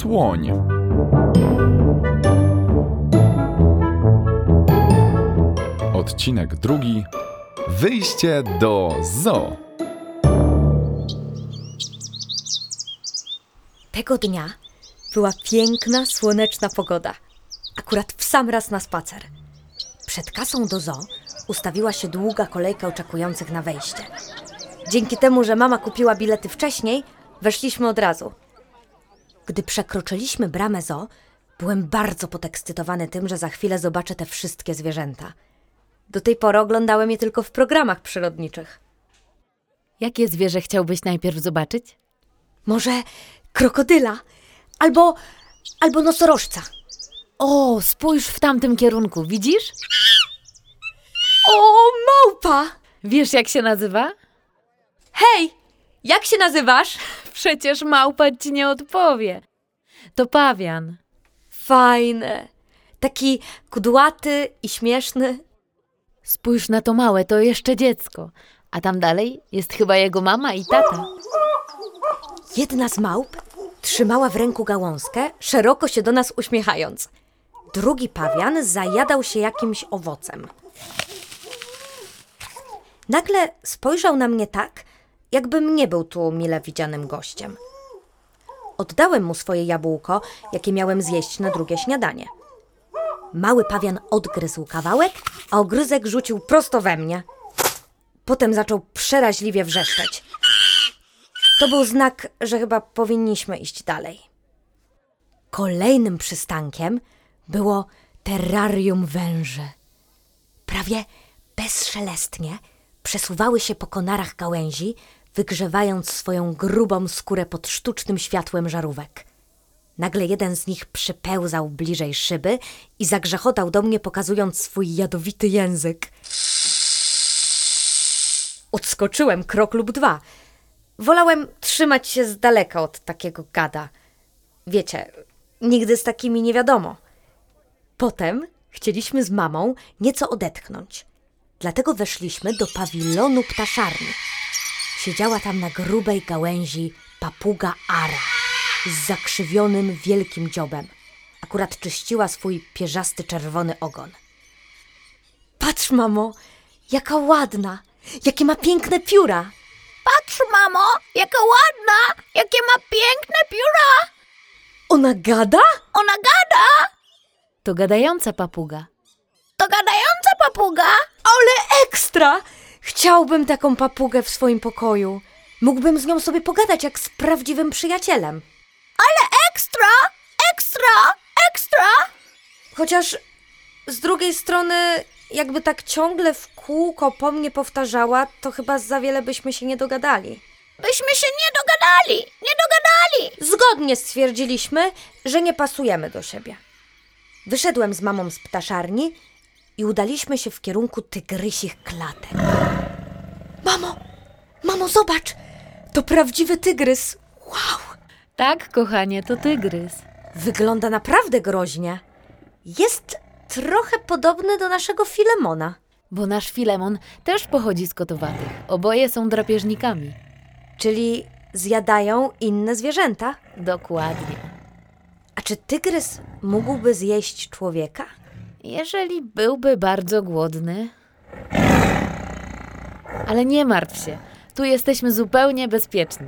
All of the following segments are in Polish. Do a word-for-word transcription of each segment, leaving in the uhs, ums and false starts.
Słoń. Odcinek drugi. Wyjście do zoo. Tego dnia była piękna, słoneczna pogoda. Akurat w sam raz na spacer. Przed kasą do zoo ustawiła się długa kolejka oczekujących na wejście. Dzięki temu, że mama kupiła bilety wcześniej, weszliśmy od razu. Gdy przekroczyliśmy bramę zoo, byłem bardzo podekscytowany tym, że za chwilę zobaczę te wszystkie zwierzęta. Do tej pory oglądałem je tylko w programach przyrodniczych. Jakie zwierzę chciałbyś najpierw zobaczyć? Może krokodyla albo, albo nosorożca. O, spójrz w tamtym kierunku, widzisz? O, małpa! Wiesz, jak się nazywa? Hej, jak się nazywasz? Przecież małpa ci nie odpowie. To pawian. Fajne. Taki kudłaty i śmieszny. Spójrz na to małe, to jeszcze dziecko. A tam dalej jest chyba jego mama i tata. Jedna z małp trzymała w ręku gałązkę, szeroko się do nas uśmiechając. Drugi pawian zajadał się jakimś owocem. Nagle spojrzał na mnie tak, jakbym nie był tu mile widzianym gościem. Oddałem mu swoje jabłko, jakie miałem zjeść na drugie śniadanie. Mały pawian odgryzł kawałek, a ogryzek rzucił prosto we mnie. Potem zaczął przeraźliwie wrzeszczeć. To był znak, że chyba powinniśmy iść dalej. Kolejnym przystankiem było terrarium węży. Prawie bezszelestnie przesuwały się po konarach gałęzi, wygrzewając swoją grubą skórę pod sztucznym światłem żarówek. Nagle jeden z nich przypełzał bliżej szyby i zagrzechotał do mnie, pokazując swój jadowity język. Odskoczyłem krok lub dwa. Wolałem trzymać się z daleka od takiego gada. Wiecie, nigdy z takimi nie wiadomo. Potem chcieliśmy z mamą nieco odetchnąć. Dlatego weszliśmy do pawilonu ptaszarni. Siedziała tam na grubej gałęzi papuga Ara z zakrzywionym wielkim dziobem. Akurat czyściła swój pierzasty czerwony ogon. Patrz, mamo, jaka ładna, jakie ma piękne pióra. Patrz, mamo, jaka ładna, jakie ma piękne pióra. Ona gada? Ona gada. To gadająca papuga. To gadająca papuga. Ale ekstra! Chciałbym taką papugę w swoim pokoju. Mógłbym z nią sobie pogadać jak z prawdziwym przyjacielem. Ale ekstra, ekstra, ekstra. Chociaż z drugiej strony, jakby tak ciągle w kółko po mnie powtarzała, to chyba za wiele byśmy się nie dogadali. Byśmy się nie dogadali, nie dogadali. Zgodnie stwierdziliśmy, że nie pasujemy do siebie. Wyszedłem z mamą z ptaszarni i udaliśmy się w kierunku tygrysich klatek. Mamo, mamo, zobacz! To prawdziwy tygrys. Wow! Tak, kochanie, to tygrys. Wygląda naprawdę groźnie. Jest trochę podobny do naszego Filemona. Bo nasz Filemon też pochodzi z kotowatych. Oboje są drapieżnikami. Czyli zjadają inne zwierzęta. Dokładnie. A czy tygrys mógłby zjeść człowieka? Jeżeli byłby bardzo głodny. Ale nie martw się. Tu jesteśmy zupełnie bezpieczni.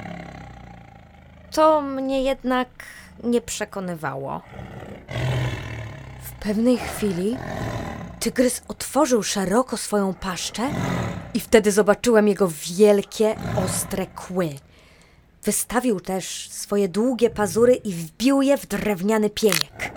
To mnie jednak nie przekonywało. W pewnej chwili tygrys otworzył szeroko swoją paszczę i wtedy zobaczyłem jego wielkie, ostre kły. Wystawił też swoje długie pazury i wbił je w drewniany pieniek.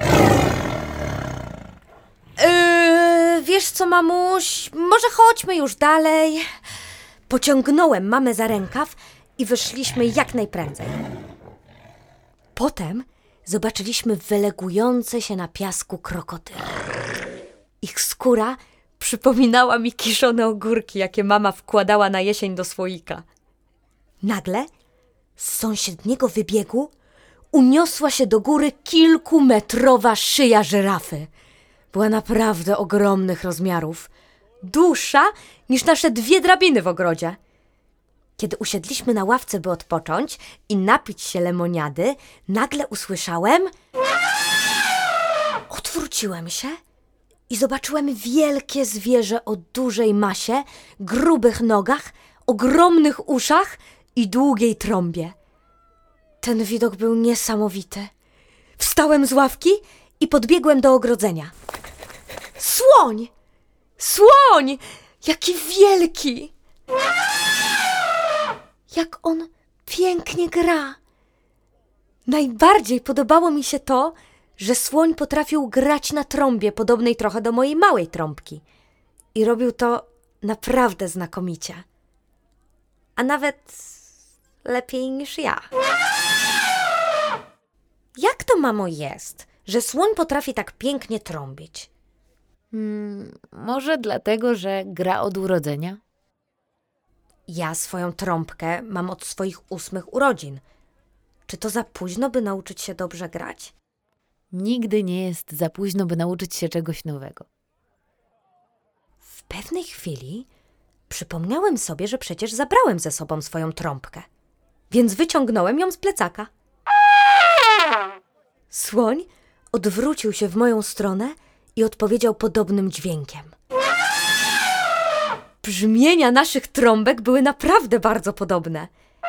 Yy, wiesz co, mamuś, może chodźmy już dalej. Pociągnąłem mamę za rękaw i wyszliśmy jak najprędzej. Potem zobaczyliśmy wylegujące się na piasku krokodyle. Ich skóra przypominała mi kiszone ogórki, jakie mama wkładała na jesień do słoika. Nagle z sąsiedniego wybiegu uniosła się do góry kilkumetrowa szyja żyrafy. Była naprawdę ogromnych rozmiarów, dłuższa niż nasze dwie drabiny w ogrodzie. Kiedy usiedliśmy na ławce, by odpocząć i napić się lemoniady, nagle usłyszałem... Odwróciłem się i zobaczyłem wielkie zwierzę o dużej masie, grubych nogach, ogromnych uszach i długiej trąbie. Ten widok był niesamowity. Wstałem z ławki i podbiegłem do ogrodzenia. Słoń! Słoń! Jaki wielki! Jak on pięknie gra! Najbardziej podobało mi się to, że słoń potrafił grać na trąbie, podobnej trochę do mojej małej trąbki. I robił to naprawdę znakomicie. A nawet lepiej niż ja. Jak to, mamo, jest, że słoń potrafi tak pięknie trąbić? Hmm, może dlatego, że gra od urodzenia? Ja swoją trąbkę mam od swoich ósmych urodzin. Czy to za późno, by nauczyć się dobrze grać? Nigdy nie jest za późno, by nauczyć się czegoś nowego. W pewnej chwili przypomniałem sobie, że przecież zabrałem ze sobą swoją trąbkę, więc wyciągnąłem ją z plecaka. Słoń odwrócił się w moją stronę i odpowiedział podobnym dźwiękiem. Brzmienia naszych trąbek były naprawdę bardzo podobne.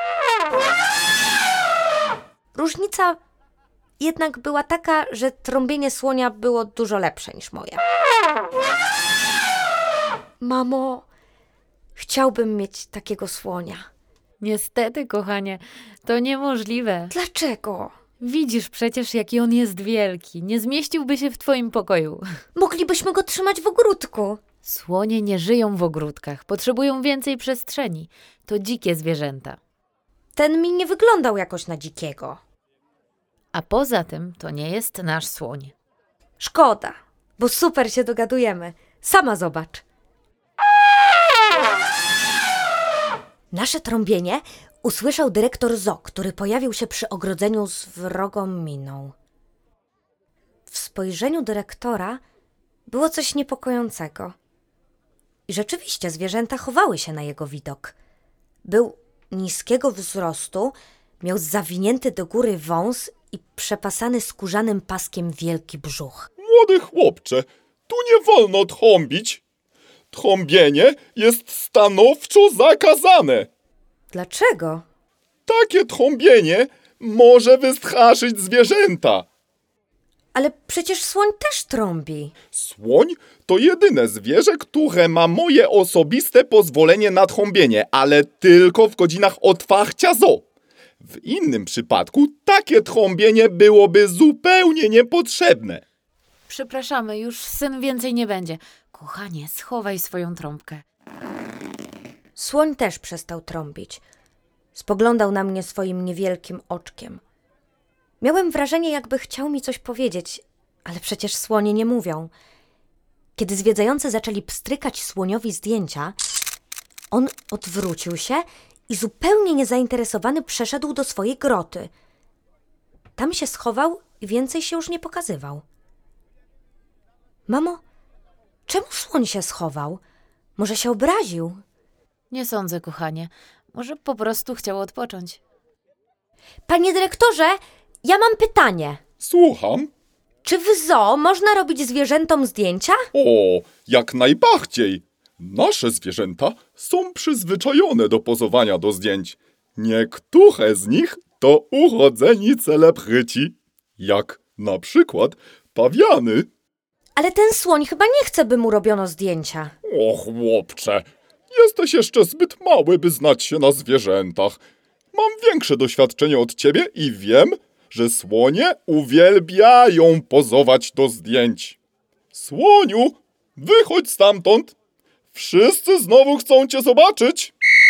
Różnica jednak była taka, że trąbienie słonia było dużo lepsze niż moje. Mamo, chciałbym mieć takiego słonia. Niestety, kochanie, to niemożliwe. Dlaczego? Widzisz przecież, jaki on jest wielki. Nie zmieściłby się w twoim pokoju. Moglibyśmy go trzymać w ogródku. Słonie nie żyją w ogródkach. Potrzebują więcej przestrzeni. To dzikie zwierzęta. Ten mi nie wyglądał jakoś na dzikiego. A poza tym to nie jest nasz słoń. Szkoda, bo super się dogadujemy. Sama zobacz. Nasze trąbienie usłyszał dyrektor zoo, który pojawił się przy ogrodzeniu z wrogą miną. W spojrzeniu dyrektora było coś niepokojącego. I rzeczywiście zwierzęta chowały się na jego widok. Był niskiego wzrostu, miał zawinięty do góry wąs i przepasany skórzanym paskiem wielki brzuch. Młody chłopcze, tu nie wolno trąbić. Trąbienie jest stanowczo zakazane. Dlaczego? Takie trąbienie może wystraszyć zwierzęta. Ale przecież słoń też trąbi. Słoń to jedyne zwierzę, które ma moje osobiste pozwolenie na trąbienie, ale tylko w godzinach otwarcia zoo. W innym przypadku takie trąbienie byłoby zupełnie niepotrzebne. Przepraszamy, już syn więcej nie będzie. Kochanie, schowaj swoją trąbkę. Słoń też przestał trąbić. Spoglądał na mnie swoim niewielkim oczkiem. Miałem wrażenie, jakby chciał mi coś powiedzieć, ale przecież słonie nie mówią. Kiedy zwiedzający zaczęli pstrykać słoniowi zdjęcia, on odwrócił się i zupełnie niezainteresowany przeszedł do swojej groty. Tam się schował i więcej się już nie pokazywał. Mamo, czemu słoń się schował? Może się obraził? Nie sądzę, kochanie. Może po prostu chciał odpocząć. Panie dyrektorze, ja mam pytanie. Słucham? Czy w zoo można robić zwierzętom zdjęcia? O, jak najbardziej. Nasze zwierzęta są przyzwyczajone do pozowania do zdjęć. Niektóre z nich to urodzeni celebryci, jak na przykład pawiany. Ale ten słoń chyba nie chce, by mu robiono zdjęcia. O chłopcze, jesteś jeszcze zbyt mały, by znać się na zwierzętach. Mam większe doświadczenie od ciebie i wiem, że słonie uwielbiają pozować do zdjęć. Słoniu, wychodź stamtąd. Wszyscy znowu chcą cię zobaczyć.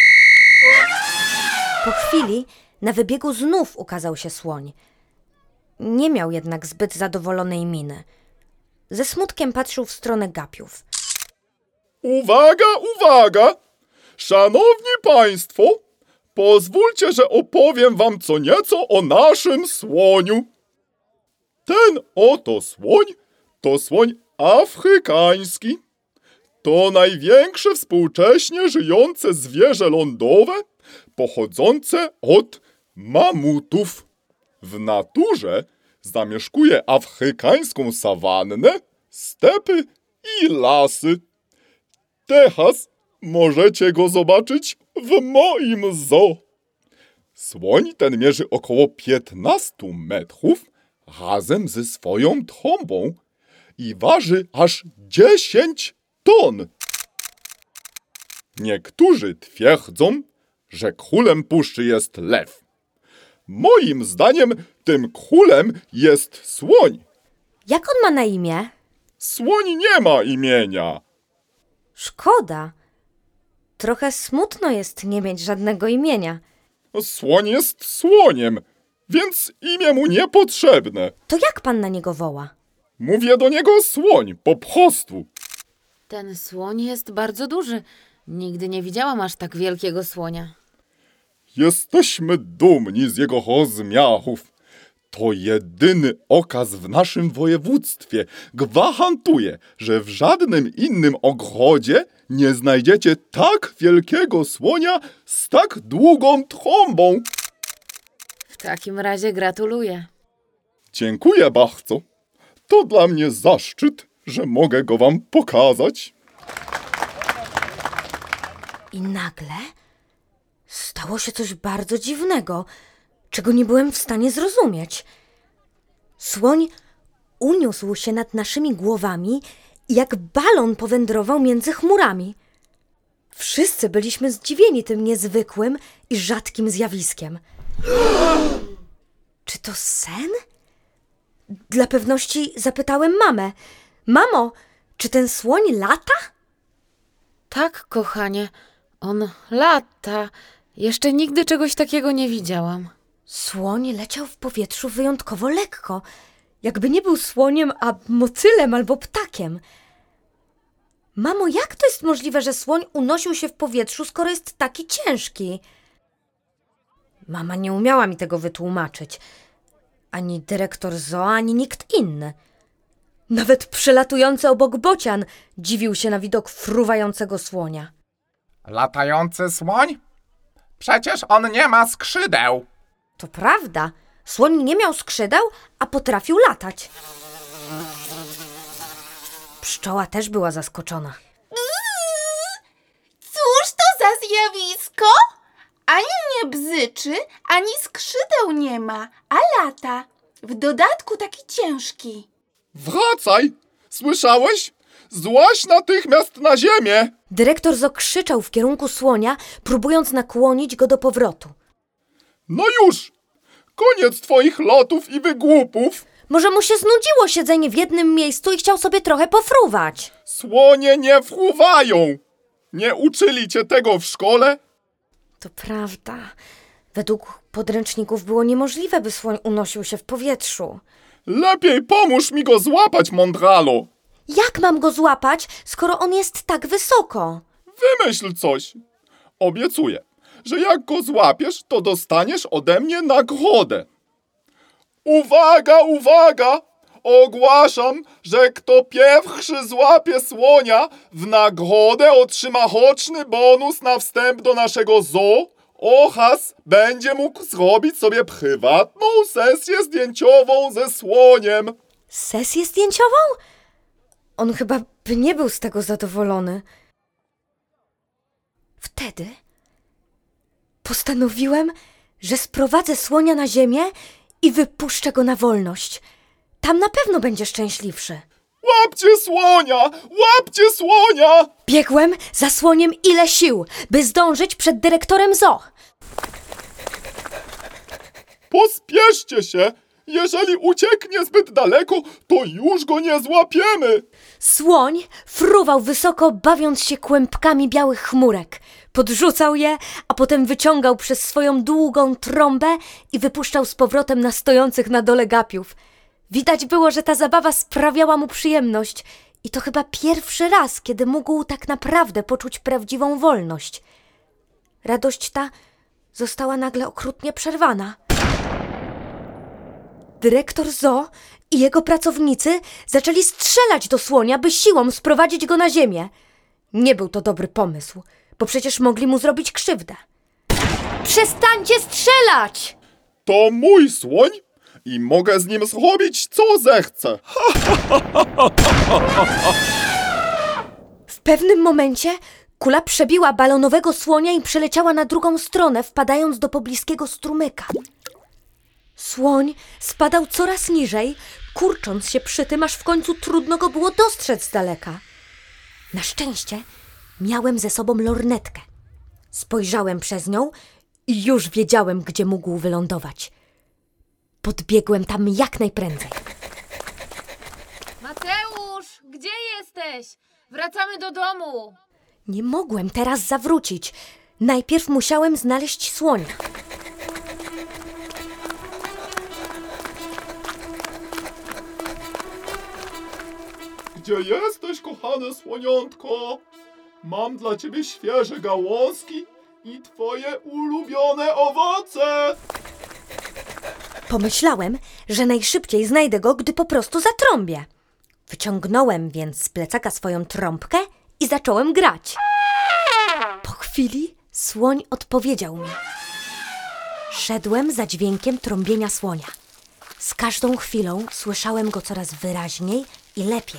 Po chwili na wybiegu znów ukazał się słoń. Nie miał jednak zbyt zadowolonej miny. Ze smutkiem patrzył w stronę gapiów. Uwaga, uwaga! Szanowni państwo, pozwólcie, że opowiem wam co nieco o naszym słoniu. Ten oto słoń to słoń afrykański. To największe współcześnie żyjące zwierzę lądowe, pochodzące od mamutów. W naturze zamieszkuje afrykańską sawannę, stepy i lasy. Teraz możecie go zobaczyć w moim zoo. Słoń ten mierzy około piętnaście metrów razem ze swoją trąbą i waży aż dziesięć ton. Niektórzy twierdzą, że królem puszczy jest lew. Moim zdaniem tym królem jest słoń. Jak on ma na imię? Słoń nie ma imienia. Szkoda. Trochę smutno jest nie mieć żadnego imienia. Słoń jest słoniem, więc imię mu niepotrzebne. To jak pan na niego woła? Mówię do niego słoń, po prostu. Ten słoń jest bardzo duży. Nigdy nie widziałam aż tak wielkiego słonia. Jesteśmy dumni z jego rozmiarów. To jedyny okaz w naszym województwie. Gwarantuję, że w żadnym innym ogrodzie nie znajdziecie tak wielkiego słonia z tak długą trąbą. W takim razie gratuluję. Dziękuję bardzo. To dla mnie zaszczyt, że mogę go wam pokazać. I nagle stało się coś bardzo dziwnego, czego nie byłem w stanie zrozumieć. Słoń uniósł się nad naszymi głowami i jak balon powędrował między chmurami. Wszyscy byliśmy zdziwieni tym niezwykłym i rzadkim zjawiskiem. Czy to sen? Dla pewności zapytałem mamę. Mamo, czy ten słoń lata? Tak, kochanie, on lata. Jeszcze nigdy czegoś takiego nie widziałam. Słoń leciał w powietrzu wyjątkowo lekko, jakby nie był słoniem, a motylem albo ptakiem. Mamo, jak to jest możliwe, że słoń unosił się w powietrzu, skoro jest taki ciężki? Mama nie umiała mi tego wytłumaczyć. Ani dyrektor zoo, ani nikt inny. Nawet przelatujący obok bocian dziwił się na widok fruwającego słonia. Latający słoń? Przecież on nie ma skrzydeł. To prawda, słoń nie miał skrzydeł, a potrafił latać. Pszczoła też była zaskoczona. Cóż to za zjawisko? Ani nie bzyczy, ani skrzydeł nie ma, a lata. W dodatku taki ciężki. Wracaj! Słyszałeś? Złaź natychmiast na ziemię! Dyrektor zoo krzyczał w kierunku słonia, próbując nakłonić go do powrotu. No już! Koniec twoich lotów i wygłupów! Może mu się znudziło siedzenie w jednym miejscu i chciał sobie trochę pofruwać. Słonie nie fruwają! Nie uczyli cię tego w szkole? To prawda. Według podręczników było niemożliwe, by słoń unosił się w powietrzu. Lepiej pomóż mi go złapać, mądralo! Jak mam go złapać, skoro on jest tak wysoko? Wymyśl coś! Obiecuję, że jak go złapiesz, to dostaniesz ode mnie nagrodę. Uwaga, uwaga! Ogłaszam, że kto pierwszy złapie słonia, w nagrodę otrzyma roczny bonus na wstęp do naszego zoo oraz będzie mógł zrobić sobie prywatną sesję zdjęciową ze słoniem. Sesję zdjęciową? On chyba by nie był z tego zadowolony. Wtedy postanowiłem, że sprowadzę słonia na ziemię i wypuszczę go na wolność. Tam na pewno będzie szczęśliwszy. Łapcie słonia! Łapcie słonia! Biegłem za słoniem ile sił, by zdążyć przed dyrektorem zoo. Pospieszcie się! Jeżeli ucieknie zbyt daleko, to już go nie złapiemy! Słoń fruwał wysoko, bawiąc się kłębkami białych chmurek. Podrzucał je, a potem wyciągał przez swoją długą trąbę i wypuszczał z powrotem na stojących na dole gapiów. Widać było, że ta zabawa sprawiała mu przyjemność i to chyba pierwszy raz, kiedy mógł tak naprawdę poczuć prawdziwą wolność. Radość ta została nagle okrutnie przerwana. Dyrektor zoo i jego pracownicy zaczęli strzelać do słonia, by siłą sprowadzić go na ziemię. Nie był to dobry pomysł, bo przecież mogli mu zrobić krzywdę. Przestańcie strzelać! To mój słoń i mogę z nim zrobić, co zechcę. W pewnym momencie kula przebiła balonowego słonia i przeleciała na drugą stronę, wpadając do pobliskiego strumyka. Słoń spadał coraz niżej, kurcząc się przy tym, aż w końcu trudno go było dostrzec z daleka. Na szczęście miałem ze sobą lornetkę. Spojrzałem przez nią i już wiedziałem, gdzie mógł wylądować. Podbiegłem tam jak najprędzej. Mateusz, gdzie jesteś? Wracamy do domu. Nie mogłem teraz zawrócić. Najpierw musiałem znaleźć słonia. Gdzie jesteś, kochane słoniątko? Mam dla ciebie świeże gałązki i twoje ulubione owoce. Pomyślałem, że najszybciej znajdę go, gdy po prostu zatrąbię. Wyciągnąłem więc z plecaka swoją trąbkę i zacząłem grać. Po chwili słoń odpowiedział mi. Szedłem za dźwiękiem trąbienia słonia. Z każdą chwilą słyszałem go coraz wyraźniej i lepiej.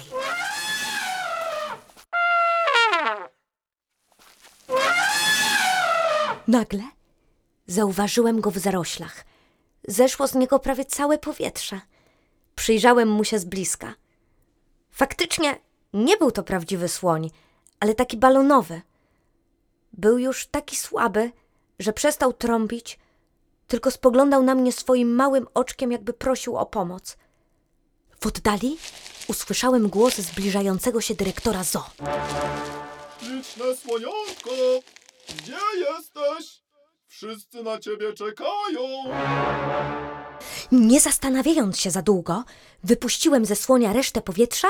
Nagle zauważyłem go w zaroślach. Zeszło z niego prawie całe powietrze. Przyjrzałem mu się z bliska. Faktycznie nie był to prawdziwy słoń, ale taki balonowy. Był już taki słaby, że przestał trąbić, tylko spoglądał na mnie swoim małym oczkiem, jakby prosił o pomoc. W oddali usłyszałem głos zbliżającego się dyrektora zoo. Liczne słoniątko, gdzie jesteś? Wszyscy na ciebie czekają. Nie zastanawiając się za długo, wypuściłem ze słonia resztę powietrza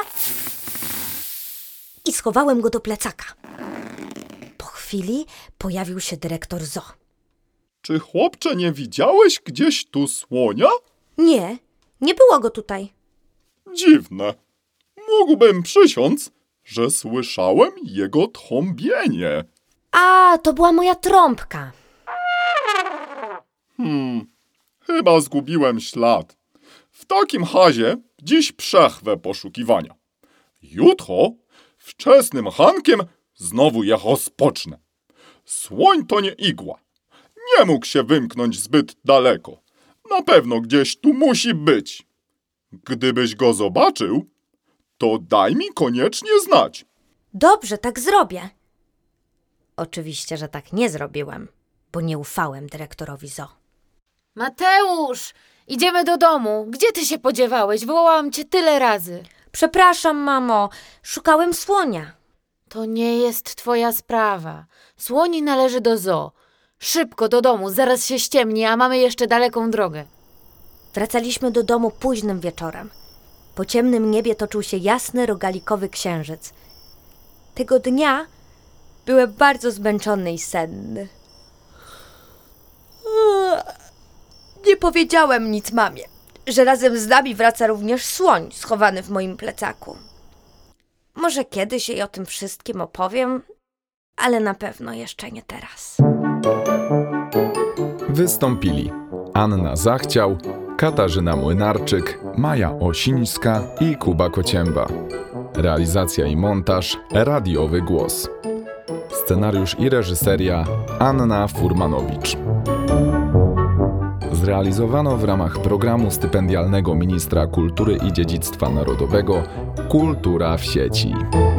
i schowałem go do plecaka. Po chwili pojawił się dyrektor zoo. Czy, chłopcze, nie widziałeś gdzieś tu słonia? Nie, nie było go tutaj. Dziwne. Mógłbym przysiąc, że słyszałem jego trąbienie. A, to była moja trąbka. Hmm, chyba zgubiłem ślad. W takim razie dziś przerwę poszukiwania. Jutro wczesnym rankiem znowu je rozpocznę. Słoń to nie igła. Nie mógł się wymknąć zbyt daleko. Na pewno gdzieś tu musi być. Gdybyś go zobaczył, to daj mi koniecznie znać. Dobrze, tak zrobię. Oczywiście, że tak nie zrobiłem, bo nie ufałem dyrektorowi zoo. Mateusz, idziemy do domu. Gdzie ty się podziewałeś? Wołałam cię tyle razy. Przepraszam, mamo, szukałem słonia. To nie jest twoja sprawa. Słoń należy do zoo. Szybko do domu, zaraz się ściemni, a mamy jeszcze daleką drogę. Wracaliśmy do domu późnym wieczorem. Po ciemnym niebie toczył się jasny, rogalikowy księżyc. Tego dnia byłem bardzo zmęczony i senny. Nie powiedziałem nic mamie, że razem z nami wraca również słoń schowany w moim plecaku. Może kiedyś jej o tym wszystkim opowiem, ale na pewno jeszcze nie teraz. Wystąpili Anna Zachciał, Katarzyna Młynarczyk, Maja Osińska i Kuba Kocięba. Realizacja i montaż Radiowy Głos. Scenariusz i reżyseria Anna Furmanowicz. Zrealizowano w ramach programu stypendialnego Ministra Kultury i Dziedzictwa Narodowego Kultura w sieci.